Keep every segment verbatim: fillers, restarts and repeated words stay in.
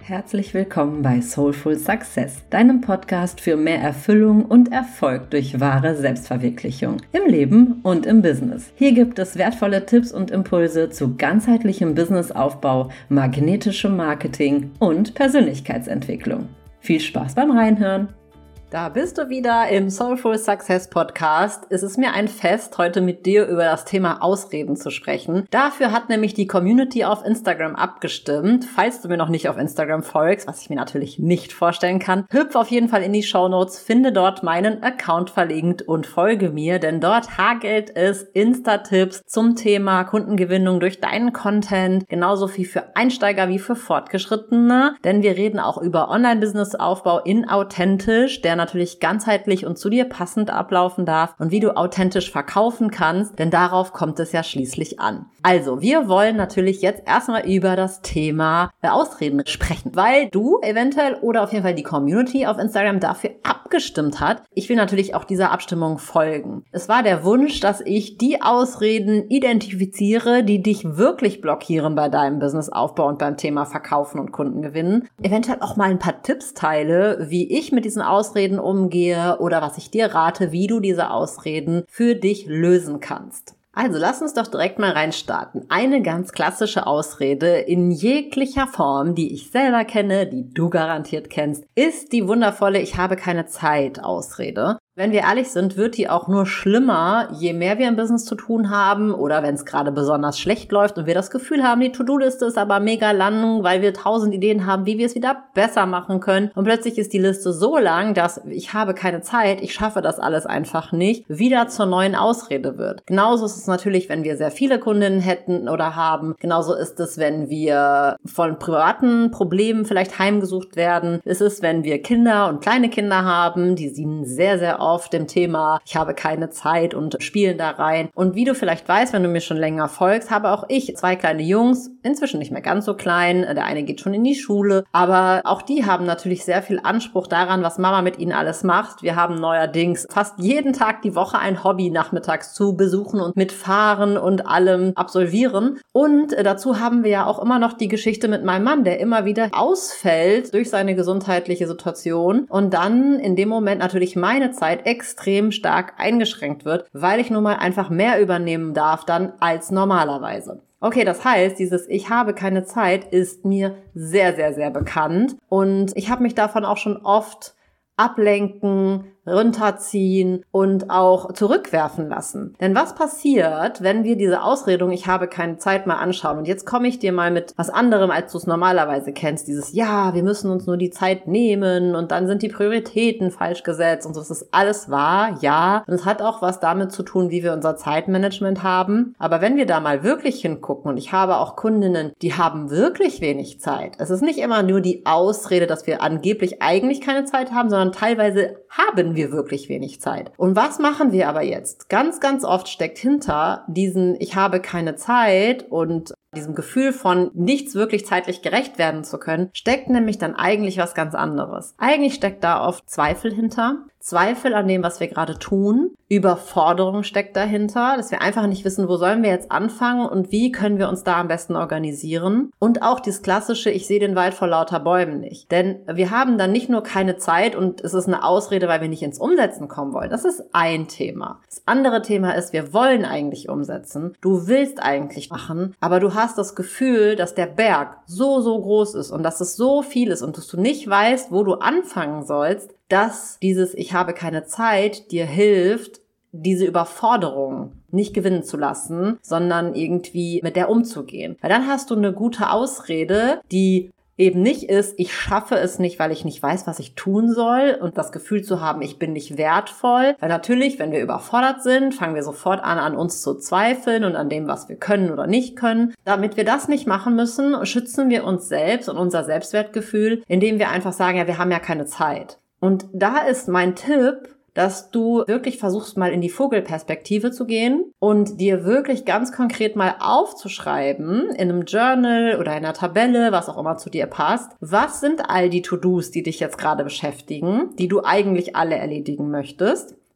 Herzlich willkommen bei Soulful Success, deinem Podcast für mehr Erfüllung und Erfolg durch wahre Selbstverwirklichung im Leben und im Business. Hier gibt es wertvolle Tipps und Impulse zu ganzheitlichem Businessaufbau, magnetischem Marketing und Persönlichkeitsentwicklung. Viel Spaß beim Reinhören! Da bist du wieder im Soulful Success Podcast. Es ist mir ein Fest, heute mit dir über das Thema Ausreden zu sprechen. Dafür hat nämlich die Community auf Instagram abgestimmt. Falls du mir noch nicht auf Instagram folgst, was ich mir natürlich nicht vorstellen kann, hüpf auf jeden Fall in die Shownotes, finde dort meinen Account verlinkt und folge mir, denn dort hagelt es Insta-Tipps zum Thema Kundengewinnung durch deinen Content, genauso viel für Einsteiger wie für Fortgeschrittene, denn wir reden auch über Online-Business-Aufbau in authentisch, der natürlich ganzheitlich und zu dir passend ablaufen darf und wie du authentisch verkaufen kannst, denn darauf kommt es ja schließlich an. Also, wir wollen natürlich jetzt erstmal über das Thema Ausreden sprechen, weil du eventuell oder auf jeden Fall die Community auf Instagram dafür abgestimmt hat. Ich will natürlich auch dieser Abstimmung folgen. Es war der Wunsch, dass ich die Ausreden identifiziere, die dich wirklich blockieren bei deinem Businessaufbau und beim Thema Verkaufen und Kundengewinnen. Eventuell auch mal ein paar Tipps teile, wie ich mit diesen Ausreden umgehe oder was ich dir rate, wie du diese Ausreden für dich lösen kannst. Also lass uns doch direkt mal reinstarten. Eine ganz klassische Ausrede in jeglicher Form, die ich selber kenne, die du garantiert kennst, ist die wundervolle "Ich habe keine Zeit" Ausrede. Wenn wir ehrlich sind, wird die auch nur schlimmer, je mehr wir im Business zu tun haben oder wenn es gerade besonders schlecht läuft und wir das Gefühl haben, die To-Do-Liste ist aber mega lang, weil wir tausend Ideen haben, wie wir es wieder besser machen können. Und plötzlich ist die Liste so lang, dass "ich habe keine Zeit, ich schaffe das alles einfach nicht" wieder zur neuen Ausrede wird. Genauso ist es natürlich, wenn wir sehr viele Kundinnen hätten oder haben. Genauso ist es, wenn wir von privaten Problemen vielleicht heimgesucht werden. Es ist, wenn wir Kinder und kleine Kinder haben, die sind sehr, sehr oft auf dem Thema "ich habe keine Zeit" und spielen da rein. Und wie du vielleicht weißt, wenn du mir schon länger folgst, habe auch ich zwei kleine Jungs, inzwischen nicht mehr ganz so klein. Der eine geht schon in die Schule, aber auch die haben natürlich sehr viel Anspruch daran, was Mama mit ihnen alles macht. Wir haben neuerdings fast jeden Tag die Woche ein Hobby nachmittags zu besuchen und mitfahren und allem absolvieren. Und dazu haben wir ja auch immer noch die Geschichte mit meinem Mann, der immer wieder ausfällt durch seine gesundheitliche Situation und dann in dem Moment natürlich meine Zeit extrem stark eingeschränkt wird, weil ich nun mal einfach mehr übernehmen darf dann als normalerweise. Okay, das heißt, dieses "ich habe keine Zeit" ist mir sehr, sehr, sehr bekannt und ich habe mich davon auch schon oft ablenken, runterziehen und auch zurückwerfen lassen. Denn was passiert, wenn wir diese Ausredung "ich habe keine Zeit" mal anschauen? Und jetzt komme ich dir mal mit was anderem, als du es normalerweise kennst. Dieses "ja, wir müssen uns nur die Zeit nehmen" und dann sind die Prioritäten falsch gesetzt und so. Das ist alles wahr, ja. Und es hat auch was damit zu tun, wie wir unser Zeitmanagement haben. Aber wenn wir da mal wirklich hingucken, und ich habe auch Kundinnen, die haben wirklich wenig Zeit. Es ist nicht immer nur die Ausrede, dass wir angeblich eigentlich keine Zeit haben, sondern teilweise haben wir wirklich wenig Zeit. Und was machen wir aber jetzt? Ganz, ganz oft steckt hinter diesen "ich habe keine Zeit" und diesem Gefühl von nichts wirklich zeitlich gerecht werden zu können, steckt nämlich dann eigentlich was ganz anderes. Eigentlich steckt da oft Zweifel hinter. Zweifel an dem, was wir gerade tun. Überforderung steckt dahinter, dass wir einfach nicht wissen, wo sollen wir jetzt anfangen und wie können wir uns da am besten organisieren. Und auch das klassische "ich sehe den Wald vor lauter Bäumen nicht". Denn wir haben dann nicht nur keine Zeit und es ist eine Ausrede, weil wir nicht ins Umsetzen kommen wollen. Das ist ein Thema. Das andere Thema ist, wir wollen eigentlich umsetzen. Du willst eigentlich machen, aber du hast das Gefühl, dass der Berg so, so groß ist und dass es so viel ist und dass du nicht weißt, wo du anfangen sollst, dass dieses "ich habe keine Zeit" dir hilft, diese Überforderung nicht gewinnen zu lassen, sondern irgendwie mit der umzugehen. Weil dann hast du eine gute Ausrede, die eben nicht ist, ich schaffe es nicht, weil ich nicht weiß, was ich tun soll und das Gefühl zu haben, ich bin nicht wertvoll. Weil natürlich, wenn wir überfordert sind, fangen wir sofort an, an uns zu zweifeln und an dem, was wir können oder nicht können. Damit wir das nicht machen müssen, schützen wir uns selbst und unser Selbstwertgefühl, indem wir einfach sagen, ja, wir haben ja keine Zeit. Und da ist mein Tipp, dass du wirklich versuchst, mal in die Vogelperspektive zu gehen und dir wirklich ganz konkret mal aufzuschreiben, in einem Journal oder in einer Tabelle, was auch immer zu dir passt, was sind all die To-Dos, die dich jetzt gerade beschäftigen, die du eigentlich alle erledigen möchtest.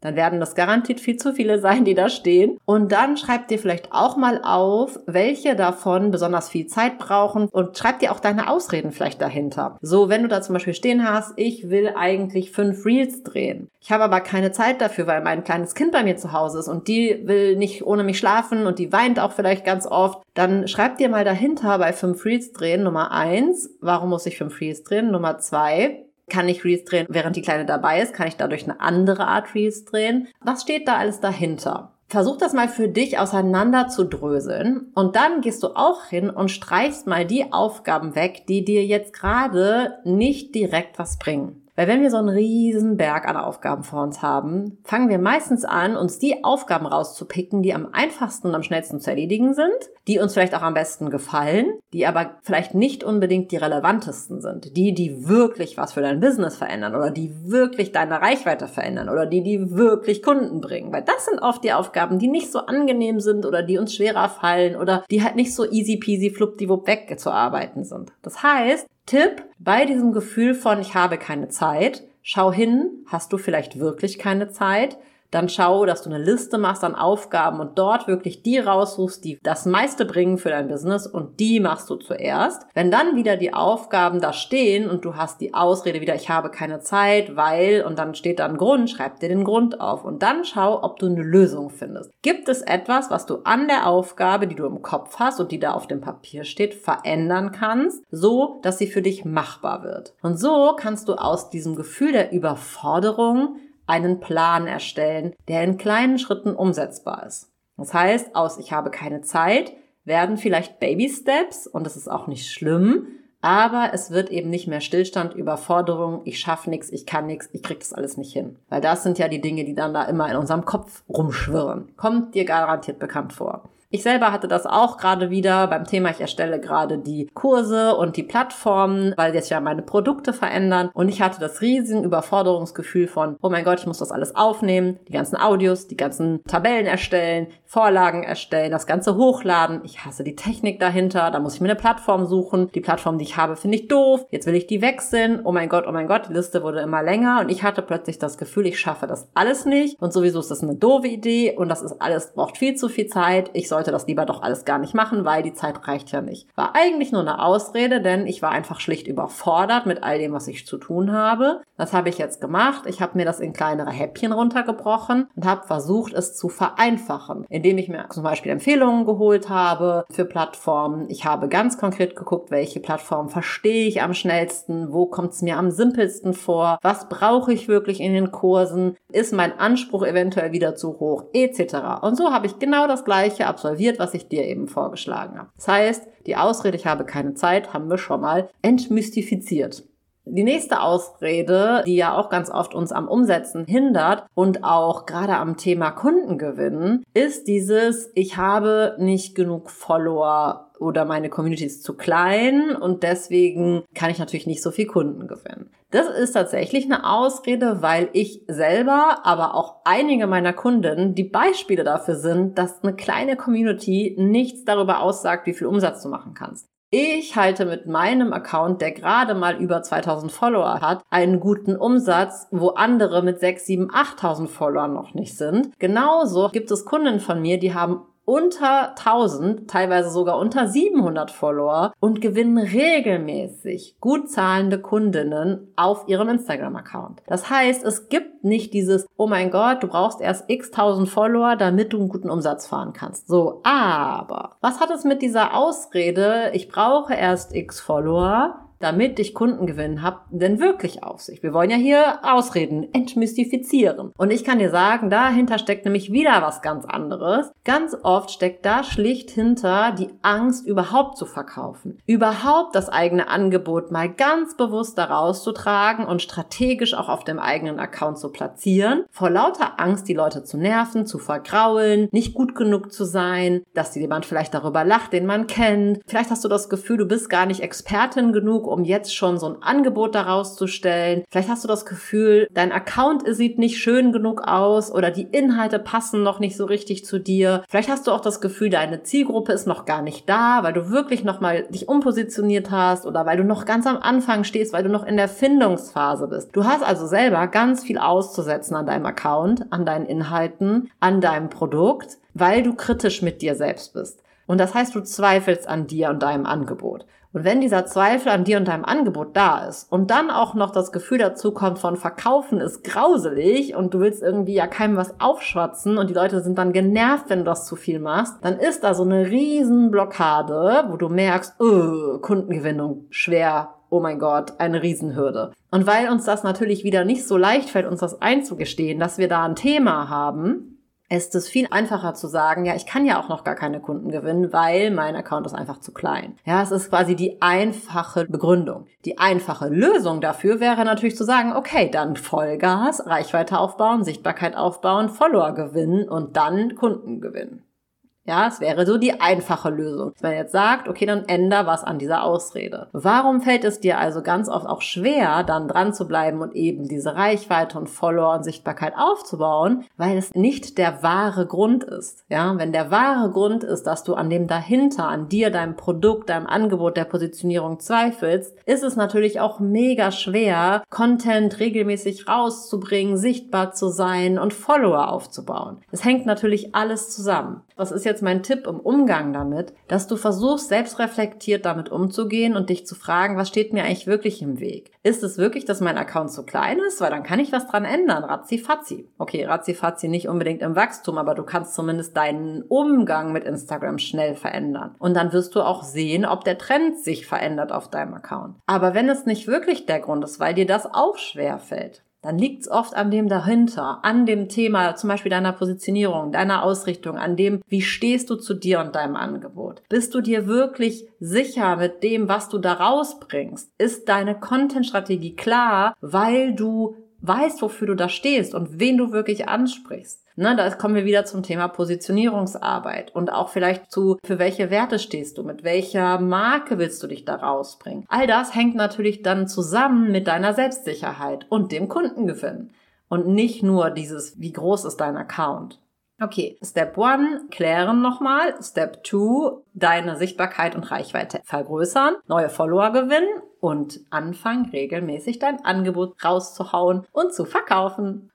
dann werden das garantiert viel zu viele sein, die da stehen. Und dann schreib dir vielleicht auch mal auf, welche davon besonders viel Zeit brauchen und schreib dir auch deine Ausreden vielleicht dahinter. So, wenn du da zum Beispiel stehen hast, ich will eigentlich fünf Reels drehen. Ich habe aber keine Zeit dafür, weil mein kleines Kind bei mir zu Hause ist und die will nicht ohne mich schlafen und die weint auch vielleicht ganz oft. Dann schreib dir mal dahinter bei fünf Reels drehen, Nummer eins, warum muss ich fünf Reels drehen? Nummer zwei, kann ich Reels drehen, während die Kleine dabei ist? Kann ich dadurch eine andere Art Reels drehen? Was steht da alles dahinter? Versuch das mal für dich auseinander zu dröseln und dann gehst du auch hin und streichst mal die Aufgaben weg, die dir jetzt gerade nicht direkt was bringen. Weil wenn wir so einen riesen Berg an Aufgaben vor uns haben, fangen wir meistens an, uns die Aufgaben rauszupicken, die am einfachsten und am schnellsten zu erledigen sind, die uns vielleicht auch am besten gefallen, die aber vielleicht nicht unbedingt die relevantesten sind. Die, die wirklich was für dein Business verändern oder die wirklich deine Reichweite verändern oder die, die wirklich Kunden bringen. Weil das sind oft die Aufgaben, die nicht so angenehm sind oder die uns schwerer fallen oder die halt nicht so easy peasy fluppdiwupp wegzuarbeiten sind. Das heißt, Tipp, bei diesem Gefühl von ich habe keine Zeit, schau hin, hast du vielleicht wirklich keine Zeit? Dann schau, dass du eine Liste machst an Aufgaben und dort wirklich die raussuchst, die das meiste bringen für dein Business und die machst du zuerst. Wenn dann wieder die Aufgaben da stehen und du hast die Ausrede wieder, ich habe keine Zeit, weil, und dann steht da ein Grund, schreib dir den Grund auf und dann schau, ob du eine Lösung findest. Gibt es etwas, was du an der Aufgabe, die du im Kopf hast und die da auf dem Papier steht, verändern kannst, so, dass sie für dich machbar wird? Und so kannst du aus diesem Gefühl der Überforderung einen Plan erstellen, der in kleinen Schritten umsetzbar ist. Das heißt, aus ich habe keine Zeit werden vielleicht Baby Steps und das ist auch nicht schlimm, aber es wird eben nicht mehr Stillstand, Überforderung, ich schaffe nichts, ich kann nichts, ich krieg das alles nicht hin. Weil das sind ja die Dinge, die dann da immer in unserem Kopf rumschwirren. Kommt dir garantiert bekannt vor. Ich selber hatte das auch gerade wieder beim Thema, ich erstelle gerade die Kurse und die Plattformen, weil jetzt ja meine Produkte verändern und ich hatte das riesen Überforderungsgefühl von, oh mein Gott, ich muss das alles aufnehmen, die ganzen Audios, die ganzen Tabellen erstellen, Vorlagen erstellen, das Ganze hochladen. Ich hasse die Technik dahinter, da muss ich mir eine Plattform suchen. Die Plattform, die ich habe, finde ich doof. Jetzt will ich die wechseln. Oh mein Gott, oh mein Gott, die Liste wurde immer länger und ich hatte plötzlich das Gefühl, ich schaffe das alles nicht und sowieso ist das eine doofe Idee und das ist alles, braucht viel zu viel Zeit. Ich sollte das lieber doch alles gar nicht machen, weil die Zeit reicht ja nicht. War eigentlich nur eine Ausrede, denn ich war einfach schlicht überfordert mit all dem, was ich zu tun habe. Das habe ich jetzt gemacht. Ich habe mir das in kleinere Häppchen runtergebrochen und habe versucht, es zu vereinfachen, indem ich mir zum Beispiel Empfehlungen geholt habe für Plattformen. Ich habe ganz konkret geguckt, welche Plattformen verstehe ich am schnellsten, wo kommt es mir am simpelsten vor, was brauche ich wirklich in den Kursen, ist mein Anspruch eventuell wieder zu hoch, et cetera. Und so habe ich genau das Gleiche absolviert, was ich dir eben vorgeschlagen habe. Das heißt, die Ausrede, ich habe keine Zeit, haben wir schon mal entmystifiziert. Die nächste Ausrede, die ja auch ganz oft uns am Umsetzen hindert und auch gerade am Thema Kundengewinn, ist dieses, ich habe nicht genug Follower oder meine Community ist zu klein und deswegen kann ich natürlich nicht so viel Kunden gewinnen. Das ist tatsächlich eine Ausrede, weil ich selber, aber auch einige meiner Kunden die Beispiele dafür sind, dass eine kleine Community nichts darüber aussagt, wie viel Umsatz du machen kannst. Ich halte mit meinem Account, der gerade mal über zweitausend Follower hat, einen guten Umsatz, wo andere mit sechstausend, siebentausend, achttausend Followern noch nicht sind. Genauso gibt es Kunden von mir, die haben unter tausend, teilweise sogar unter siebenhundert Follower und gewinnen regelmäßig gut zahlende Kundinnen auf ihrem Instagram-Account. Das heißt, es gibt nicht dieses, oh mein Gott, du brauchst erst x tausend Follower, damit du einen guten Umsatz fahren kannst. So, aber was hat es mit dieser Ausrede, ich brauche erst x Follower, damit ich Kundengewinn habe, denn wirklich auf sich? Wir wollen ja hier Ausreden entmystifizieren. Und ich kann dir sagen, dahinter steckt nämlich wieder was ganz anderes. Ganz oft steckt da schlicht hinter die Angst, überhaupt zu verkaufen. Überhaupt das eigene Angebot mal ganz bewusst da rauszutragen und strategisch auch auf dem eigenen Account zu platzieren. Vor lauter Angst, die Leute zu nerven, zu vergraulen, nicht gut genug zu sein, dass jemand vielleicht darüber lacht, den man kennt. Vielleicht hast du das Gefühl, du bist gar nicht Expertin genug, genug, um jetzt schon so ein Angebot daraus zu stellen. Vielleicht hast du das Gefühl, dein Account sieht nicht schön genug aus oder die Inhalte passen noch nicht so richtig zu dir. Vielleicht hast du auch das Gefühl, deine Zielgruppe ist noch gar nicht da, weil du wirklich nochmal dich umpositioniert hast oder weil du noch ganz am Anfang stehst, weil du noch in der Findungsphase bist. Du hast also selber ganz viel auszusetzen an deinem Account, an deinen Inhalten, an deinem Produkt, weil du kritisch mit dir selbst bist. Und das heißt, du zweifelst an dir und deinem Angebot. Und wenn dieser Zweifel an dir und deinem Angebot da ist und dann auch noch das Gefühl dazu kommt von Verkaufen ist grauselig und du willst irgendwie ja keinem was aufschwatzen und die Leute sind dann genervt, wenn du das zu viel machst, dann ist da so eine riesen Blockade, wo du merkst, oh, Kundengewinnung, schwer, oh mein Gott, eine Riesenhürde. Und weil uns das natürlich wieder nicht so leicht fällt, uns das einzugestehen, dass wir da ein Thema haben, ist es viel einfacher zu sagen, ja, ich kann ja auch noch gar keine Kunden gewinnen, weil mein Account ist einfach zu klein. Ja, es ist quasi die einfache Begründung. Die einfache Lösung dafür wäre natürlich zu sagen, okay, dann Vollgas, Reichweite aufbauen, Sichtbarkeit aufbauen, Follower gewinnen und dann Kunden gewinnen. Ja, es wäre so die einfache Lösung. Wenn man jetzt sagt, okay, dann änder was an dieser Ausrede. Warum fällt es dir also ganz oft auch schwer, dann dran zu bleiben und eben diese Reichweite und Follower und Sichtbarkeit aufzubauen? Weil es nicht der wahre Grund ist. Ja, wenn der wahre Grund ist, dass du an dem dahinter, an dir, deinem Produkt, deinem Angebot, der Positionierung zweifelst, ist es natürlich auch mega schwer, Content regelmäßig rauszubringen, sichtbar zu sein und Follower aufzubauen. Es hängt natürlich alles zusammen. Was ist jetzt mein Tipp im Umgang damit, dass du versuchst, selbstreflektiert damit umzugehen und dich zu fragen, was steht mir eigentlich wirklich im Weg? Ist es wirklich, dass mein Account zu klein ist? Weil dann kann ich was dran ändern, ratzifatzi. Okay, ratzifatzi nicht unbedingt im Wachstum, aber du kannst zumindest deinen Umgang mit Instagram schnell verändern. Und dann wirst du auch sehen, ob der Trend sich verändert auf deinem Account. Aber wenn es nicht wirklich der Grund ist, weil dir das auch schwer fällt, dann liegt es oft an dem dahinter, an dem Thema, zum Beispiel deiner Positionierung, deiner Ausrichtung, an dem, wie stehst du zu dir und deinem Angebot? Bist du dir wirklich sicher mit dem, was du da rausbringst? Ist deine Content-Strategie klar, weil du weißt, wofür du da stehst und wen du wirklich ansprichst? Ne, da kommen wir wieder zum Thema Positionierungsarbeit und auch vielleicht zu, für welche Werte stehst du, mit welcher Marke willst du dich da rausbringen. All das hängt natürlich dann zusammen mit deiner Selbstsicherheit und dem Kundengewinn und nicht nur dieses, wie groß ist dein Account. Okay, Step one, klären nochmal. Step two, deine Sichtbarkeit und Reichweite vergrößern, neue Follower gewinnen und anfangen, regelmäßig dein Angebot rauszuhauen und zu verkaufen.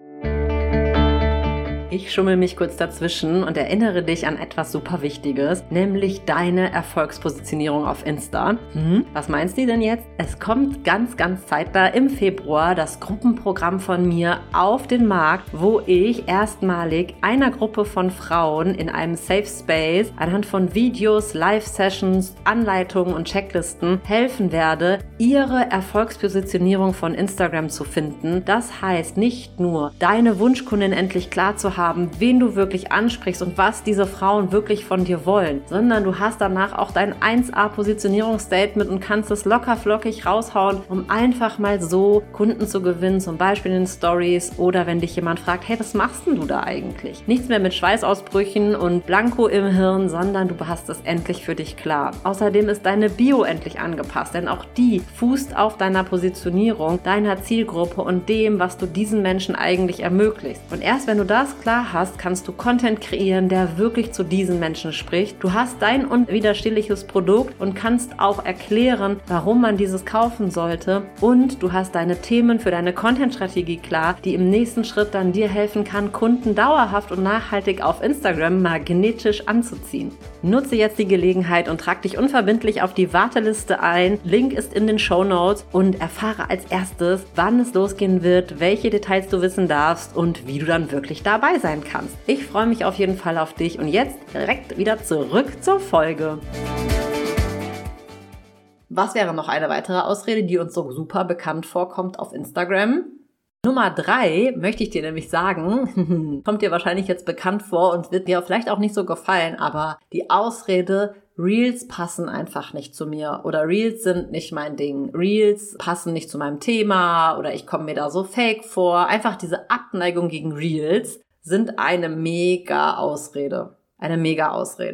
Ich schummel mich kurz dazwischen und erinnere dich an etwas super Wichtiges, nämlich deine Erfolgspositionierung auf Insta. Hm, was meinst du denn jetzt? Es kommt ganz, ganz zeitnah im Februar das Gruppenprogramm von mir auf den Markt, wo ich erstmalig einer Gruppe von Frauen in einem Safe Space anhand von Videos, Live-Sessions, Anleitungen und Checklisten helfen werde, ihre Erfolgspositionierung von Instagram zu finden. Das heißt nicht nur, deine Wunschkundin endlich klar zu haben, haben, wen du wirklich ansprichst und was diese Frauen wirklich von dir wollen, sondern du hast danach auch dein eins A Positionierungsstatement und kannst es locker flockig raushauen, um einfach mal so Kunden zu gewinnen, zum Beispiel in den Stories oder wenn dich jemand fragt, hey, was machst denn du da eigentlich? Nichts mehr mit Schweißausbrüchen und Blanko im Hirn, sondern du hast es endlich für dich klar. Außerdem ist deine Bio endlich angepasst, denn auch die fußt auf deiner Positionierung, deiner Zielgruppe und dem, was du diesen Menschen eigentlich ermöglicht. Und erst wenn du das klar hast, kannst du Content kreieren, der wirklich zu diesen Menschen spricht. Du hast dein unwiderstehliches Produkt und kannst auch erklären, warum man dieses kaufen sollte. Und du hast deine Themen für deine Content-Strategie klar, die im nächsten Schritt dann dir helfen kann, Kunden dauerhaft und nachhaltig auf Instagram magnetisch anzuziehen. Nutze jetzt die Gelegenheit und trag dich unverbindlich auf die Warteliste ein. Link ist in den Shownotes und erfahre als erstes, wann es losgehen wird, welche Details du wissen darfst und wie du dann wirklich dabei sein kannst. Ich freue mich auf jeden Fall auf dich und jetzt direkt wieder zurück zur Folge. Was wäre noch eine weitere Ausrede, die uns so super bekannt vorkommt auf Instagram? Nummer drei möchte ich dir nämlich sagen, kommt dir wahrscheinlich jetzt bekannt vor und wird dir vielleicht auch nicht so gefallen, aber die Ausrede, Reels passen einfach nicht zu mir oder Reels sind nicht mein Ding, Reels passen nicht zu meinem Thema oder ich komme mir da so fake vor. Einfach diese Abneigung gegen Reels sind eine mega Ausrede. Eine mega Ausrede.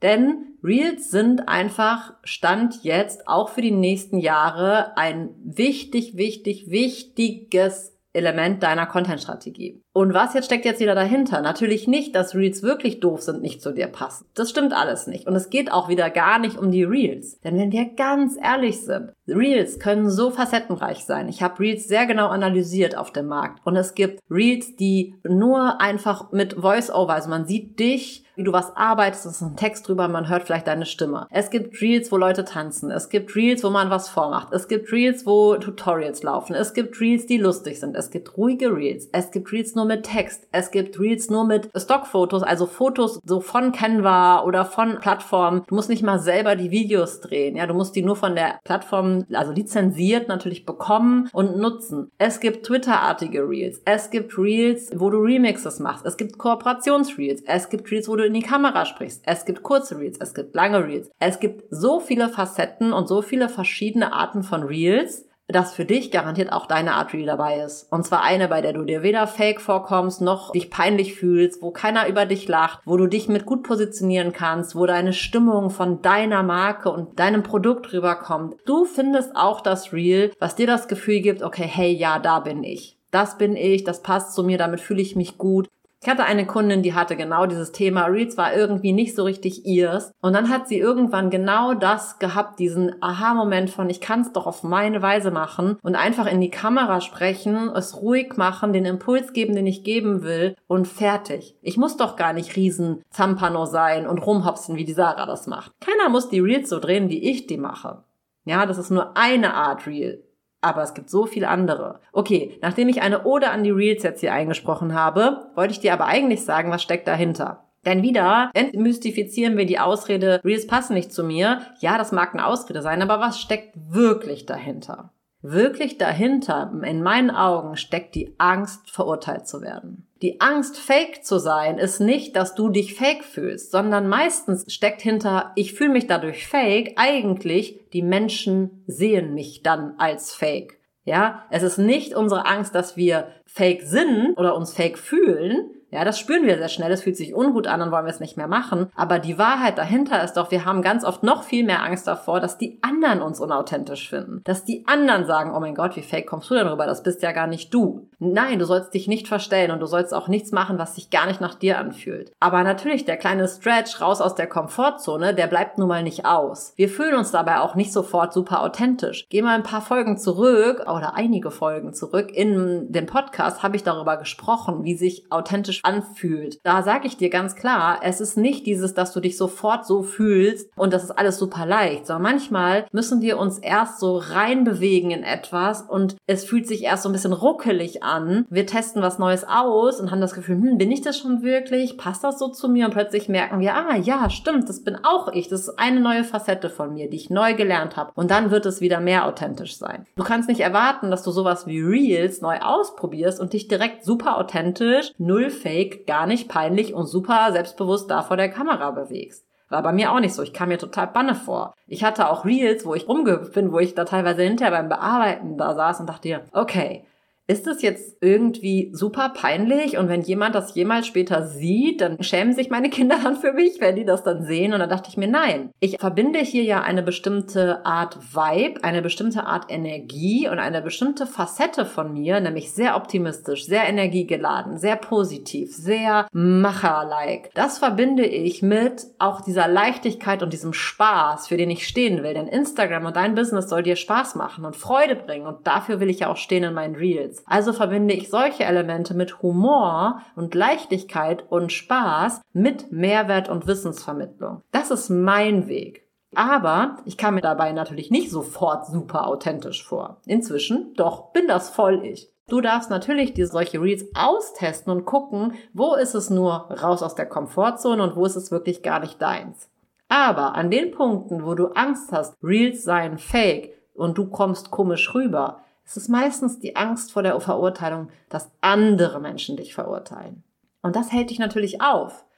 Denn Reels sind einfach Stand jetzt auch für die nächsten Jahre ein wichtig, wichtig, wichtiges Element deiner Content-Strategie. Und was jetzt steckt jetzt wieder dahinter? Natürlich nicht, dass Reels wirklich doof sind, nicht zu dir passen. Das stimmt alles nicht. Und es geht auch wieder gar nicht um die Reels. Denn wenn wir ganz ehrlich sind, Reels können so facettenreich sein. Ich habe Reels sehr genau analysiert auf dem Markt. Und es gibt Reels, die nur einfach mit Voice-Over, also man sieht dich, wie du was arbeitest, es ist ein Text drüber, man hört vielleicht deine Stimme. Es gibt Reels, wo Leute tanzen. Es gibt Reels, wo man was vormacht. Es gibt Reels, wo Tutorials laufen. Es gibt Reels, die lustig sind. Es gibt ruhige Reels. Es gibt Reels nur mit Text. Es gibt Reels nur mit Stockfotos, also Fotos so von Canva oder von Plattformen. Du musst nicht mal selber die Videos drehen. Ja, du musst die nur von der Plattform, also lizenziert natürlich bekommen und nutzen. Es gibt Twitter-artige Reels. Es gibt Reels, wo du Remixes machst. Es gibt Kooperationsreels. Es gibt Reels, wo du in die Kamera sprichst. Es gibt kurze Reels, es gibt lange Reels. Es gibt so viele Facetten und so viele verschiedene Arten von Reels, dass für dich garantiert auch deine Art Reel dabei ist. Und zwar eine, bei der du dir weder fake vorkommst, noch dich peinlich fühlst, wo keiner über dich lacht, wo du dich mit gut positionieren kannst, wo deine Stimmung von deiner Marke und deinem Produkt rüberkommt. Du findest auch das Reel, was dir das Gefühl gibt, okay, hey, ja, da bin ich. Das bin ich, das passt zu mir, damit fühle ich mich gut. Ich hatte eine Kundin, die hatte genau dieses Thema. Reels war irgendwie nicht so richtig ihrs. Und dann hat sie irgendwann genau das gehabt, diesen Aha-Moment von, ich kann es doch auf meine Weise machen und einfach in die Kamera sprechen, es ruhig machen, den Impuls geben, den ich geben will und fertig. Ich muss doch gar nicht riesen Zampano sein und rumhopsen, wie die Sarah das macht. Keiner muss die Reels so drehen, wie ich die mache. Ja, das ist nur eine Art Reel. Aber es gibt so viele andere. Okay, nachdem ich eine Ode an die Reels jetzt hier eingesprochen habe, wollte ich dir aber eigentlich sagen, was steckt dahinter. Denn wieder entmystifizieren wir die Ausrede, Reels passen nicht zu mir. Ja, das mag eine Ausrede sein, aber was steckt wirklich dahinter? Wirklich dahinter, in meinen Augen, steckt die Angst, verurteilt zu werden. Die Angst, fake zu sein, ist nicht, dass du dich fake fühlst, sondern meistens steckt hinter, ich fühle mich dadurch fake, eigentlich, die Menschen sehen mich dann als fake. Ja, es ist nicht unsere Angst, dass wir fake sind oder uns fake fühlen. Ja, das spüren wir sehr schnell, es fühlt sich ungut an, dann wollen wir es nicht mehr machen. Aber die Wahrheit dahinter ist doch, wir haben ganz oft noch viel mehr Angst davor, dass die anderen uns unauthentisch finden. Dass die anderen sagen, oh mein Gott, wie fake kommst du denn rüber, das bist ja gar nicht du. Nein, du sollst dich nicht verstellen und du sollst auch nichts machen, was sich gar nicht nach dir anfühlt. Aber natürlich, der kleine Stretch raus aus der Komfortzone, der bleibt nun mal nicht aus. Wir fühlen uns dabei auch nicht sofort super authentisch. Geh mal ein paar Folgen zurück oder einige Folgen zurück. In dem Podcast habe ich darüber gesprochen, wie sich authentisch anfühlt. Da sage ich dir ganz klar, es ist nicht dieses, dass du dich sofort so fühlst und das ist alles super leicht, sondern manchmal müssen wir uns erst so reinbewegen in etwas und es fühlt sich erst so ein bisschen ruckelig an. Wir testen was Neues aus und haben das Gefühl, hm, bin ich das schon wirklich? Passt das so zu mir? Und plötzlich merken wir, ah ja, stimmt, das bin auch ich. Das ist eine neue Facette von mir, die ich neu gelernt habe. Und dann wird es wieder mehr authentisch sein. Du kannst nicht erwarten, dass du sowas wie Reels neu ausprobierst und dich direkt super authentisch, null fake, gar nicht peinlich und super selbstbewusst da vor der Kamera bewegst. War bei mir auch nicht so. Ich kam mir total banne vor. Ich hatte auch Reels, wo ich rumgehüpft bin, wo ich da teilweise hinterher beim Bearbeiten da saß und dachte, okay, ist das jetzt irgendwie super peinlich? Und wenn jemand das jemals später sieht, dann schämen sich meine Kinder dann für mich, wenn die das dann sehen. Und dann dachte ich mir, nein, ich verbinde hier ja eine bestimmte Art Vibe, eine bestimmte Art Energie und eine bestimmte Facette von mir, nämlich sehr optimistisch, sehr energiegeladen, sehr positiv, sehr Macher-like. Das verbinde ich mit auch dieser Leichtigkeit und diesem Spaß, für den ich stehen will. Denn Instagram und dein Business soll dir Spaß machen und Freude bringen. Und dafür will ich ja auch stehen in meinen Reels. Also verbinde ich solche Elemente mit Humor und Leichtigkeit und Spaß mit Mehrwert und Wissensvermittlung. Das ist mein Weg. Aber ich kam mir dabei natürlich nicht sofort super authentisch vor. Inzwischen doch bin das voll ich. Du darfst natürlich diese solche Reels austesten und gucken, wo ist es nur raus aus der Komfortzone und wo ist es wirklich gar nicht deins. Aber an den Punkten, wo du Angst hast, Reels seien fake und du kommst komisch rüber, es ist meistens die Angst vor der Verurteilung, dass andere Menschen dich verurteilen. Und das hält dich natürlich auf.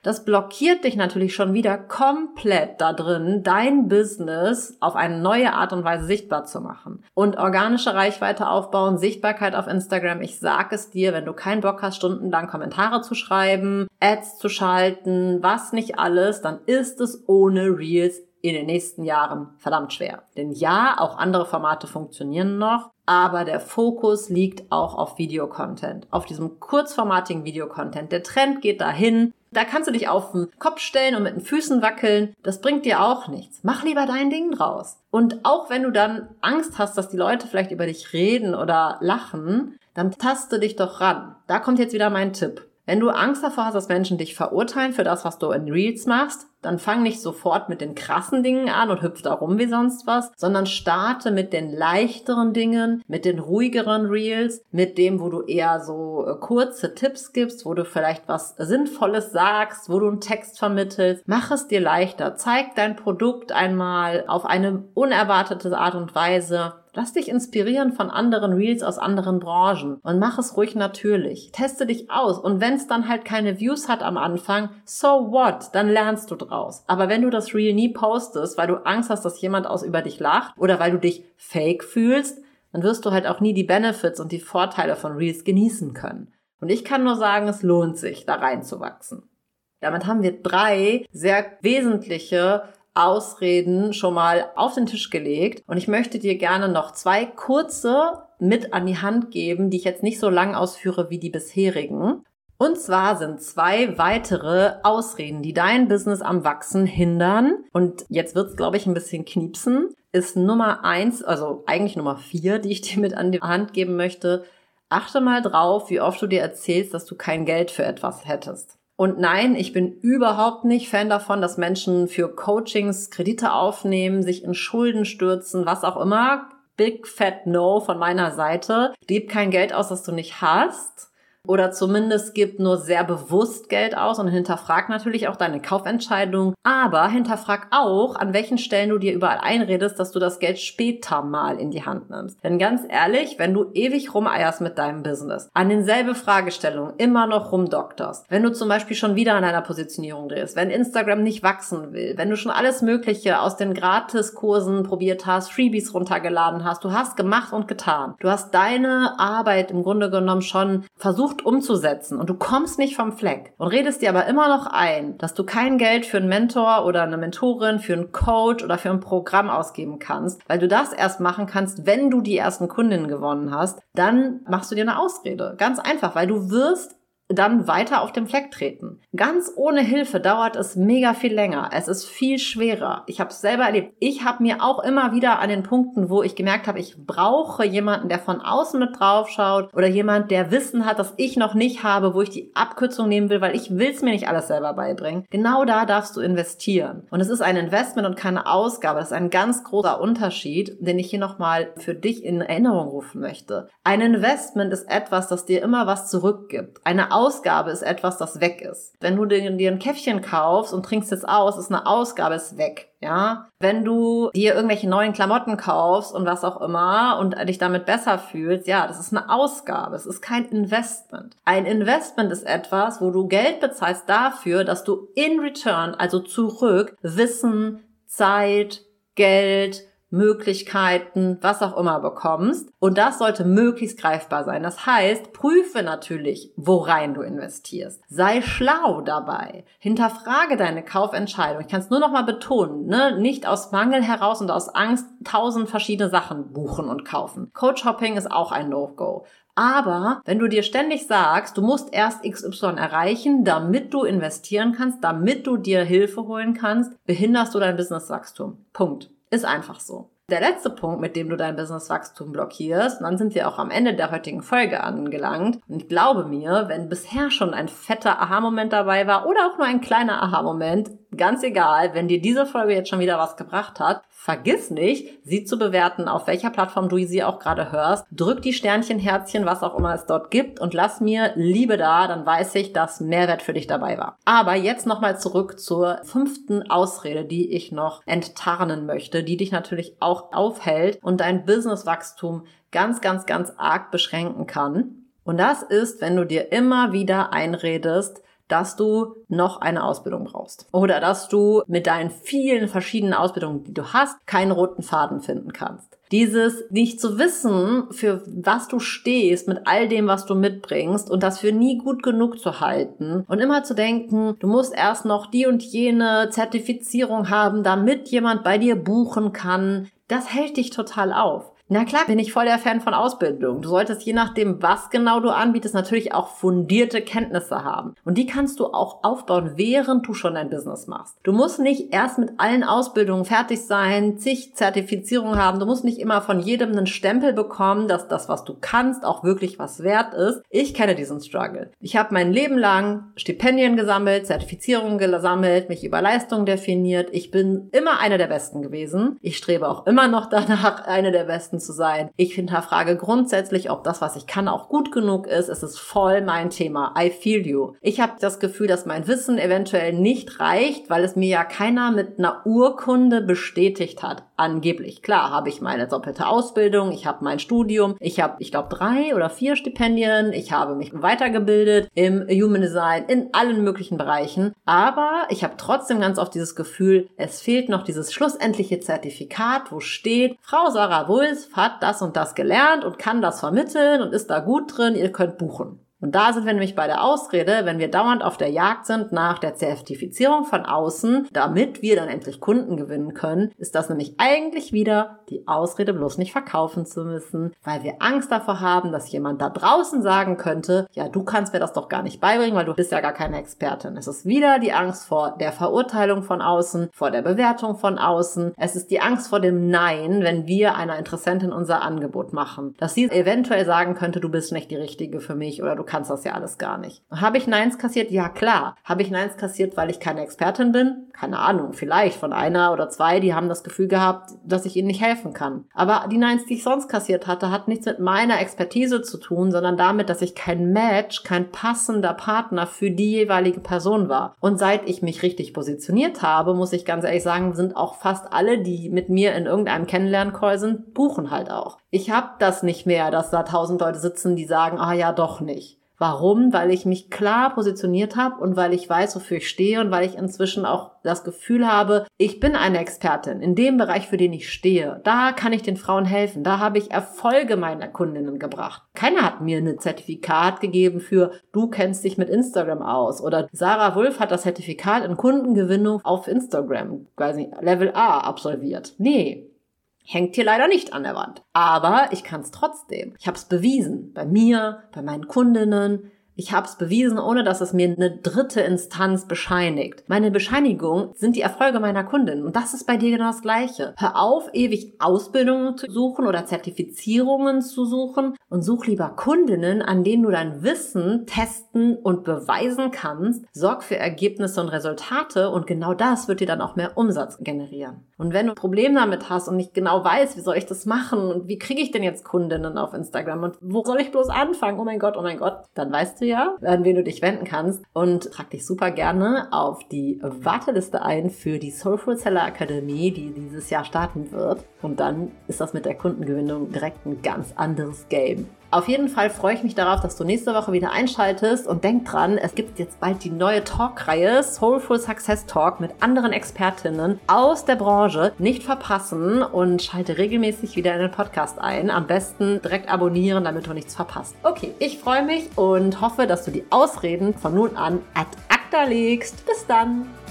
Das blockiert dich natürlich schon wieder komplett da drin, dein Business auf eine neue Art und Weise sichtbar zu machen. Und organische Reichweite aufbauen, Sichtbarkeit auf Instagram, ich sag es dir, wenn du keinen Bock hast, stundenlang Kommentare zu schreiben, Ads zu schalten, was nicht alles, dann ist es ohne Reels in den nächsten Jahren verdammt schwer. Denn ja, auch andere Formate funktionieren noch, aber der Fokus liegt auch auf Videocontent, auf diesem kurzformatigen Videocontent. Der Trend geht dahin. Da kannst du dich auf den Kopf stellen und mit den Füßen wackeln. Das bringt dir auch nichts. Mach lieber dein Ding draus. Und auch wenn du dann Angst hast, dass die Leute vielleicht über dich reden oder lachen, dann taste dich doch ran. Da kommt jetzt wieder mein Tipp. Wenn du Angst davor hast, dass Menschen dich verurteilen für das, was du in Reels machst, dann fang nicht sofort mit den krassen Dingen an und hüpf da rum wie sonst was, sondern starte mit den leichteren Dingen, mit den ruhigeren Reels, mit dem, wo du eher so äh, kurze Tipps gibst, wo du vielleicht was Sinnvolles sagst, wo du einen Text vermittelst. Mach es dir leichter. Zeig dein Produkt einmal auf eine unerwartete Art und Weise. Lass dich inspirieren von anderen Reels aus anderen Branchen und mach es ruhig natürlich. Teste dich aus und wenn es dann halt keine Views hat am Anfang, so what? Dann lernst du draus. Aber wenn du das Reel nie postest, weil du Angst hast, dass jemand aus über dich lacht oder weil du dich fake fühlst, dann wirst du halt auch nie die Benefits und die Vorteile von Reels genießen können. Und ich kann nur sagen, es lohnt sich, da reinzuwachsen. Damit haben wir drei sehr wesentliche Ausreden schon mal auf den Tisch gelegt und ich möchte dir gerne noch zwei kurze mit an die Hand geben, die ich jetzt nicht so lang ausführe wie die bisherigen. Und zwar sind zwei weitere Ausreden, die dein Business am Wachsen hindern. Und jetzt wird's, glaube ich, ein bisschen kniepsen. Ist Nummer eins, also eigentlich Nummer vier, die ich dir mit an die Hand geben möchte. Achte mal drauf, wie oft du dir erzählst, dass du kein Geld für etwas hättest. Und nein, ich bin überhaupt nicht Fan davon, dass Menschen für Coachings Kredite aufnehmen, sich in Schulden stürzen, was auch immer. Big fat no von meiner Seite. Gib kein Geld aus, das du nicht hast. Oder zumindest gib nur sehr bewusst Geld aus und hinterfrag natürlich auch deine Kaufentscheidung. Aber hinterfrag auch, an welchen Stellen du dir überall einredest, dass du das Geld später mal in die Hand nimmst. Denn ganz ehrlich, wenn du ewig rumeierst mit deinem Business, an denselbe Fragestellungen immer noch rumdokterst, wenn du zum Beispiel schon wieder an deiner Positionierung drehst, wenn Instagram nicht wachsen will, wenn du schon alles Mögliche aus den Gratiskursen probiert hast, Freebies runtergeladen hast, du hast gemacht und getan. Du hast deine Arbeit im Grunde genommen schon versucht umzusetzen und du kommst nicht vom Fleck und redest dir aber immer noch ein, dass du kein Geld für einen Mentor oder eine Mentorin, für einen Coach oder für ein Programm ausgeben kannst, weil du das erst machen kannst, wenn du die ersten Kundinnen gewonnen hast, dann machst du dir eine Ausrede. Ganz einfach, weil du wirst dann weiter auf dem Fleck treten. Ganz ohne Hilfe dauert es mega viel länger. Es ist viel schwerer. Ich habe es selber erlebt. Ich habe mir auch immer wieder an den Punkten, wo ich gemerkt habe, ich brauche jemanden, der von außen mit drauf schaut oder jemand, der Wissen hat, das ich noch nicht habe, wo ich die Abkürzung nehmen will, weil ich will es mir nicht alles selber beibringen. Genau da darfst du investieren. Und es ist ein Investment und keine Ausgabe. Das ist ein ganz großer Unterschied, den ich hier nochmal für dich in Erinnerung rufen möchte. Ein Investment ist etwas, das dir immer was zurückgibt. Eine Ausgabe ist etwas, das weg ist. Wenn du dir, dir ein Käffchen kaufst und trinkst es aus, ist eine Ausgabe, ist weg. Ja, wenn du dir irgendwelche neuen Klamotten kaufst und was auch immer und dich damit besser fühlst, ja, das ist eine Ausgabe. Es ist kein Investment. Ein Investment ist etwas, wo du Geld bezahlst dafür, dass du in return, also zurück, Wissen, Zeit, Geld, Möglichkeiten, was auch immer bekommst. Und das sollte möglichst greifbar sein. Das heißt, prüfe natürlich, worein du investierst. Sei schlau dabei. Hinterfrage deine Kaufentscheidung. Ich kann es nur noch mal betonen, ne? Nicht aus Mangel heraus und aus Angst tausend verschiedene Sachen buchen und kaufen. Coach-Hopping ist auch ein No-Go. Aber wenn du dir ständig sagst, du musst erst X Y erreichen, damit du investieren kannst, damit du dir Hilfe holen kannst, behinderst du dein Businesswachstum. Punkt. Ist einfach so. Der letzte Punkt, mit dem du dein Businesswachstum blockierst, und dann sind wir auch am Ende der heutigen Folge angelangt. Und ich glaube mir, wenn bisher schon ein fetter Aha-Moment dabei war oder auch nur ein kleiner Aha-Moment, ganz egal, wenn dir diese Folge jetzt schon wieder was gebracht hat, vergiss nicht, sie zu bewerten, auf welcher Plattform du sie auch gerade hörst. Drück die Sternchen, Herzchen, was auch immer es dort gibt und lass mir Liebe da, dann weiß ich, dass Mehrwert für dich dabei war. Aber jetzt nochmal zurück zur fünften Ausrede, die ich noch enttarnen möchte, die dich natürlich auch aufhält und dein Businesswachstum ganz, ganz, ganz arg beschränken kann. Und das ist, wenn du dir immer wieder einredest, dass du noch eine Ausbildung brauchst oder dass du mit deinen vielen verschiedenen Ausbildungen, die du hast, keinen roten Faden finden kannst. Dieses nicht zu wissen, für was du stehst mit all dem, was du mitbringst und das für nie gut genug zu halten und immer zu denken, du musst erst noch die und jene Zertifizierung haben, damit jemand bei dir buchen kann, das hält dich total auf. Na klar, bin ich voll der Fan von Ausbildung. Du solltest je nachdem, was genau du anbietest, natürlich auch fundierte Kenntnisse haben. Und die kannst du auch aufbauen, während du schon dein Business machst. Du musst nicht erst mit allen Ausbildungen fertig sein, zig Zertifizierungen haben. Du musst nicht immer von jedem einen Stempel bekommen, dass das, was du kannst, auch wirklich was wert ist. Ich kenne diesen Struggle. Ich habe mein Leben lang Stipendien gesammelt, Zertifizierungen gesammelt, mich über Leistungen definiert. Ich bin immer eine der Besten gewesen. Ich strebe auch immer noch danach, eine der Besten zu sein. Ich hinterfrage grundsätzlich, ob das, was ich kann, auch gut genug ist. Es ist voll mein Thema. I feel you. Ich habe das Gefühl, dass mein Wissen eventuell nicht reicht, weil es mir ja keiner mit einer Urkunde bestätigt hat. Angeblich. Klar, habe ich meine doppelte Ausbildung, ich habe mein Studium, ich habe, ich glaube, drei oder vier Stipendien, ich habe mich weitergebildet im Human Design, in allen möglichen Bereichen. Aber ich habe trotzdem ganz oft dieses Gefühl, es fehlt noch dieses schlussendliche Zertifikat, wo steht, Frau Sarah Wulff hat das und das gelernt und kann das vermitteln und ist da gut drin, ihr könnt buchen. Und da sind wir nämlich bei der Ausrede, wenn wir dauernd auf der Jagd sind nach der Zertifizierung von außen, damit wir dann endlich Kunden gewinnen können, ist das nämlich eigentlich wieder die Ausrede, bloß nicht verkaufen zu müssen, weil wir Angst davor haben, dass jemand da draußen sagen könnte, ja, du kannst mir das doch gar nicht beibringen, weil du bist ja gar keine Expertin. Es ist wieder die Angst vor der Verurteilung von außen, vor der Bewertung von außen. Es ist die Angst vor dem Nein, wenn wir einer Interessentin unser Angebot machen. Dass sie eventuell sagen könnte, du bist nicht die Richtige für mich oder du kannst das ja alles gar nicht. Habe ich Neins kassiert? Ja, klar. Habe ich Neins kassiert, weil ich keine Expertin bin? Keine Ahnung. Vielleicht von einer oder zwei, die haben das Gefühl gehabt, dass ich ihnen nicht helfen kann. Aber die Neins, die ich sonst kassiert hatte, hat nichts mit meiner Expertise zu tun, sondern damit, dass ich kein Match, kein passender Partner für die jeweilige Person war. Und seit ich mich richtig positioniert habe, muss ich ganz ehrlich sagen, sind auch fast alle, die mit mir in irgendeinem Kennenlern-Call sind, buchen halt auch. Ich habe das nicht mehr, dass da tausend Leute sitzen, die sagen, ah ja, doch nicht. Warum? Weil ich mich klar positioniert habe und weil ich weiß, wofür ich stehe und weil ich inzwischen auch das Gefühl habe, ich bin eine Expertin in dem Bereich, für den ich stehe. Da kann ich den Frauen helfen. Da habe ich Erfolge meiner Kundinnen gebracht. Keiner hat mir ein Zertifikat gegeben für, du kennst dich mit Instagram aus oder Sarah Wulff hat das Zertifikat in Kundengewinnung auf Instagram, weiß nicht, Level A absolviert. Nee. Hängt hier leider nicht an der Wand. Aber ich kann es trotzdem. Ich habe es bewiesen. Bei mir, bei meinen Kundinnen. Ich habe es bewiesen, ohne dass es mir eine dritte Instanz bescheinigt. Meine Bescheinigung sind die Erfolge meiner Kundinnen. Und das ist bei dir genau das Gleiche. Hör auf, ewig Ausbildungen zu suchen oder Zertifizierungen zu suchen und such lieber Kundinnen, an denen du dein Wissen testen und beweisen kannst. Sorg für Ergebnisse und Resultate und genau das wird dir dann auch mehr Umsatz generieren. Und wenn du ein Problem damit hast und nicht genau weißt, wie soll ich das machen und wie kriege ich denn jetzt Kundinnen auf Instagram und wo soll ich bloß anfangen? Oh mein Gott, oh mein Gott. Dann weißt du ja, an wen du dich wenden kannst und trag dich super gerne auf die Warteliste ein für die Soulful Seller Akademie, die dieses Jahr starten wird. Und dann ist das mit der Kundengewinnung direkt ein ganz anderes Game. Auf jeden Fall freue ich mich darauf, dass du nächste Woche wieder einschaltest und denk dran, es gibt jetzt bald die neue Talkreihe Soulful Success Talk mit anderen Expertinnen aus der Branche. Nicht verpassen und schalte regelmäßig wieder in den Podcast ein. Am besten direkt abonnieren, damit du nichts verpasst. Okay, ich freue mich und hoffe, dass du die Ausreden von nun an ad acta legst. Bis dann!